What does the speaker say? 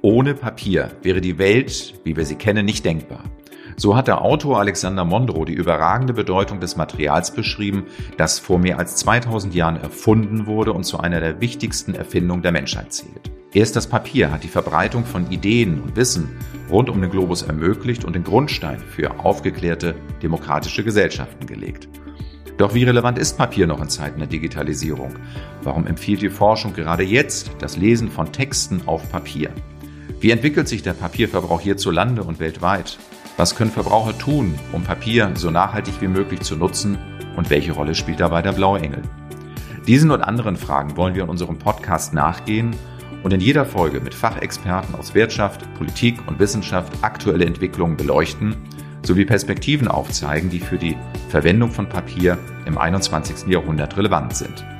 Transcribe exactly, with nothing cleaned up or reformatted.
Ohne Papier wäre die Welt, wie wir sie kennen, nicht denkbar. So hat der Autor Alexander Mondro die überragende Bedeutung des Materials beschrieben, das vor mehr als zweitausend Jahren erfunden wurde und zu einer der wichtigsten Erfindungen der Menschheit zählt. Erst das Papier hat die Verbreitung von Ideen und Wissen rund um den Globus ermöglicht und den Grundstein für aufgeklärte, demokratische Gesellschaften gelegt. Doch wie relevant ist Papier noch in Zeiten der Digitalisierung? Warum empfiehlt die Forschung gerade jetzt das Lesen von Texten auf Papier? Wie entwickelt sich der Papierverbrauch hierzulande und weltweit? Was können Verbraucher tun, um Papier so nachhaltig wie möglich zu nutzen? Und welche Rolle spielt dabei der Blaue Engel? Diesen und anderen Fragen wollen wir in unserem Podcast nachgehen und in jeder Folge mit Fachexperten aus Wirtschaft, Politik und Wissenschaft aktuelle Entwicklungen beleuchten, sowie Perspektiven aufzeigen, die für die Verwendung von Papier im einundzwanzigsten Jahrhundert relevant sind.